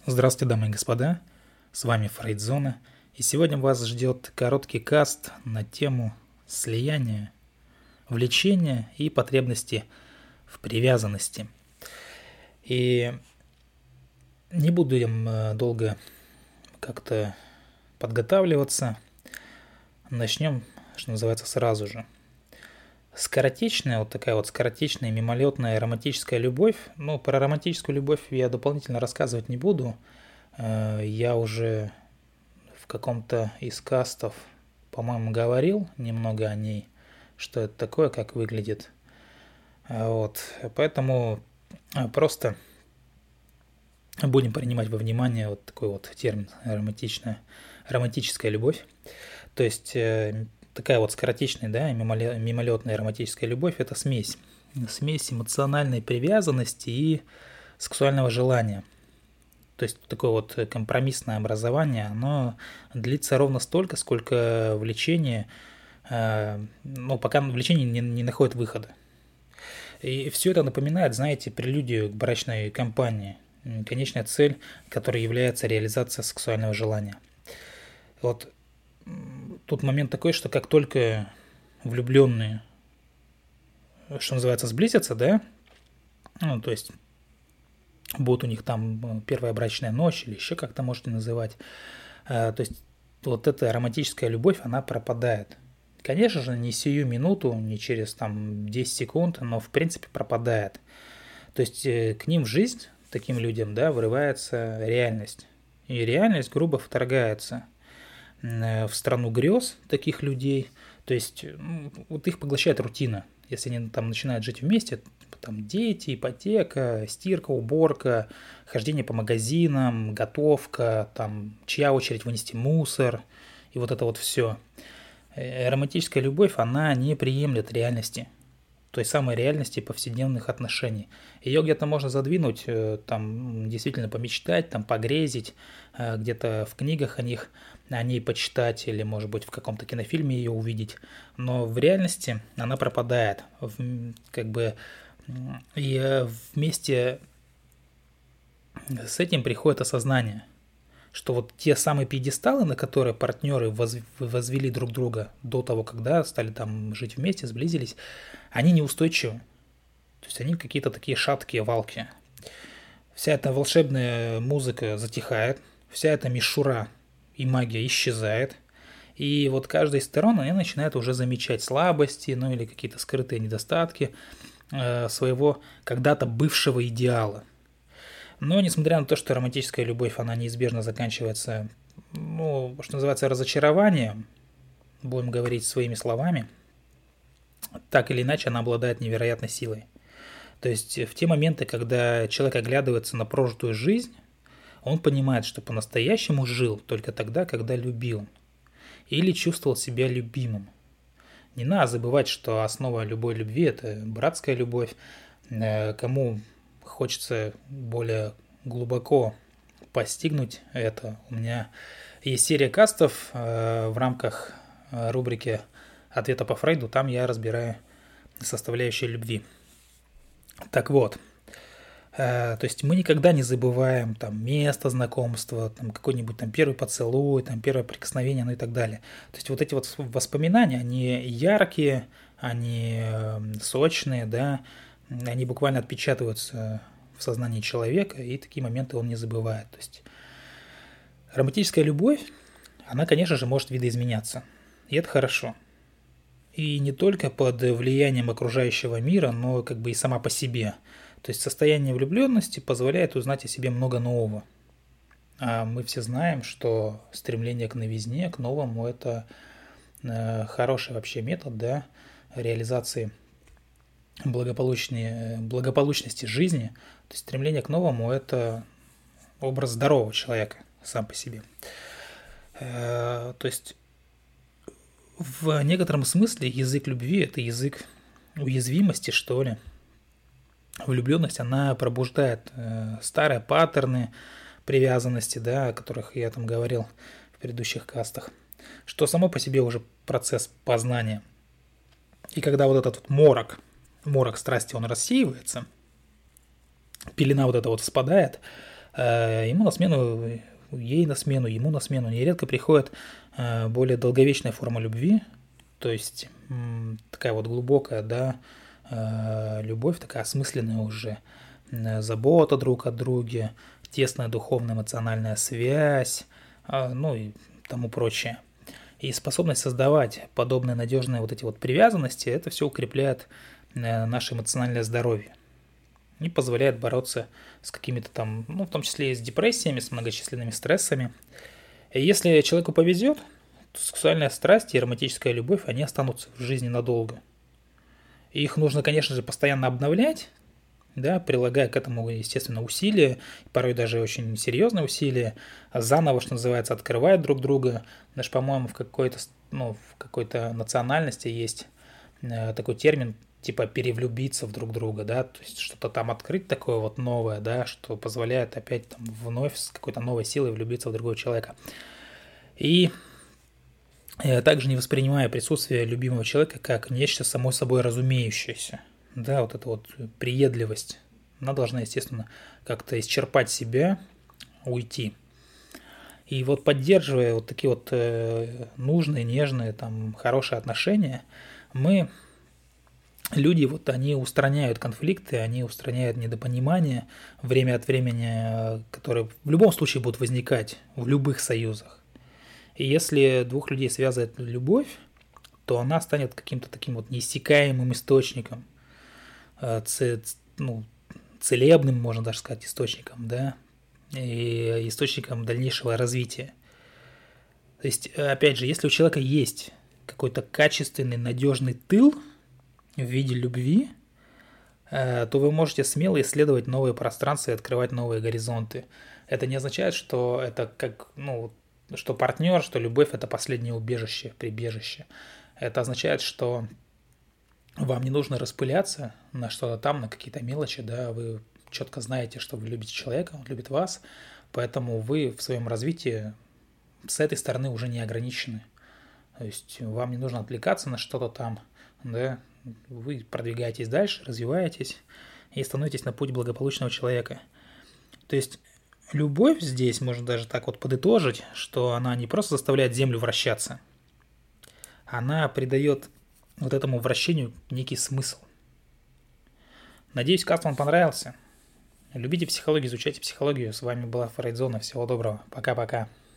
Здравствуйте, дамы и господа, с вами Фрейдзона, и сегодня вас ждет короткий каст на тему слияния, влечения и потребности в привязанности. И не буду долго как-то подготавливаться, начнем, что называется, сразу же. Скоротечная, вот такая вот скоротечная, мимолетная романтическая любовь. Ну, про романтическую любовь я дополнительно рассказывать не буду. Я уже в каком-то из кастов, по-моему, говорил немного о ней, что это такое, как выглядит. Вот, поэтому просто будем принимать во внимание вот такой вот термин романтическая любовь. То есть такая вот скоротечная, да, мимолетная романтическая любовь – это смесь эмоциональной привязанности и сексуального желания. То есть такое вот компромиссное образование, оно длится ровно столько, сколько влечение, пока влечение не находит выхода. И все это напоминает, знаете, прелюдию к брачной кампании, конечная цель, которой является реализация сексуального желания. Вот тут момент такой, что как только влюбленные, что называется, сблизятся, да, ну, то есть будет у них там первая брачная ночь или еще как-то можете называть, то есть вот эта романтическая любовь, она пропадает. Конечно же, не сию минуту, не через там 10 секунд, но в принципе пропадает. То есть к ним в жизнь, таким людям, да, врывается реальность. И реальность грубо вторгается в страну грез таких людей. То есть вот их поглощает рутина. Если они там начинают жить вместе, там дети, ипотека, стирка, уборка, хождение по магазинам, готовка, там чья очередь вынести мусор и вот это вот все. Романтическая любовь, она не приемлет реальности, той самой реальности повседневных отношений. Ее где-то можно задвинуть, там действительно помечтать, там погрезить, где-то в книгах о ней почитать или, может быть, в каком-то кинофильме ее увидеть. Но в реальности она пропадает. И вместе с этим приходит осознание, что вот те самые пьедесталы, на которые партнеры возвели друг друга до того, когда стали там жить вместе, сблизились, они неустойчивы. То есть они какие-то такие шаткие валки. Вся эта волшебная музыка затихает, вся эта мишура и магия исчезает. И вот каждая из сторон, она начинает уже замечать слабости, ну или какие-то скрытые недостатки своего когда-то бывшего идеала. Но несмотря на то, что романтическая любовь, она неизбежно заканчивается, ну, что называется, разочарованием, будем говорить своими словами, так или иначе она обладает невероятной силой. То есть в те моменты, когда человек оглядывается на прожитую жизнь, он понимает, что по-настоящему жил только тогда, когда любил или чувствовал себя любимым. Не надо забывать, что основа любой любви – это братская любовь. Кому хочется более глубоко постигнуть это, у меня есть серия кастов в рамках рубрики «Ответы по Фрейду», там я разбираю составляющие любви. Так вот, то есть мы никогда не забываем там место знакомства, там какой-нибудь там первый поцелуй, там первое прикосновение, ну и так далее. То есть вот эти вот воспоминания, они яркие, они сочные, да, они буквально отпечатываются в сознании человека, и такие моменты он не забывает. То есть романтическая любовь, она, конечно же, может видоизменяться, и это хорошо. И не только под влиянием окружающего мира, но как бы и сама по себе. То есть состояние влюбленности позволяет узнать о себе много нового. А мы все знаем, что стремление к новизне, к новому – это хороший вообще метод, да, реализации благополучности жизни. То есть стремление к новому – это образ здорового человека сам по себе. То есть в некотором смысле язык любви – это язык уязвимости, что ли. Влюбленность, она пробуждает старые паттерны привязанности, да, о которых я там говорил в предыдущих кастах, что само по себе уже процесс познания. И когда вот этот вот морок страсти, он рассеивается, пелена вот эта вот спадает, Ему на смену, ей на смену, ему на смену нередко приходит более долговечная форма любви, то есть такая вот глубокая, да, любовь, такая осмысленная уже, забота друг о друге, тесная духовная эмоциональная связь, ну и тому прочее. И способность создавать подобные надежные вот эти вот привязанности, это все укрепляет наше эмоциональное здоровье и позволяет бороться с какими-то там, ну, в том числе и с депрессиями, с многочисленными стрессами. И если человеку повезет, то сексуальная страсть и романтическая любовь, они останутся в жизни надолго. И их нужно, конечно же, постоянно обновлять, да, прилагая к этому, естественно, усилия, порой даже очень серьезные усилия, заново, что называется, открывать друг друга. Даже, по-моему, в какой-то национальности есть такой термин, типа перевлюбиться в друг друга, да, то есть что-то там открыть такое вот новое, да, что позволяет опять там вновь с какой-то новой силой влюбиться в другого человека. И также не воспринимая присутствие любимого человека как нечто само собой разумеющееся. Да, вот эта вот приедливость, она должна, естественно, как-то исчерпать себя, уйти. И вот поддерживая вот такие вот нужные, нежные, там, хорошие отношения, люди, вот они устраняют конфликты, они устраняют недопонимания время от времени, которые в любом случае будут возникать в любых союзах. И если двух людей связывает любовь, то она станет каким-то таким вот неиссякаемым источником, целебным, можно даже сказать, источником, да, и источником дальнейшего развития. То есть, опять же, если у человека есть какой-то качественный, надежный тыл в виде любви, то вы можете смело исследовать новые пространства и открывать новые горизонты. Это не означает, что это как, что партнер, что любовь – это последнее убежище, прибежище. Это означает, что вам не нужно распыляться на что-то там, на какие-то мелочи, да, вы четко знаете, что вы любите человека, он любит вас, поэтому вы в своем развитии с этой стороны уже не ограничены. То есть вам не нужно отвлекаться на что-то там, да, вы продвигаетесь дальше, развиваетесь и становитесь на путь благополучного человека. То есть любовь здесь, можно даже так вот подытожить, что она не просто заставляет Землю вращаться, она придает вот этому вращению некий смысл. Надеюсь, каст вам понравился. Любите психологию, изучайте психологию. С вами была Фрейдзона. Всего доброго. Пока-пока.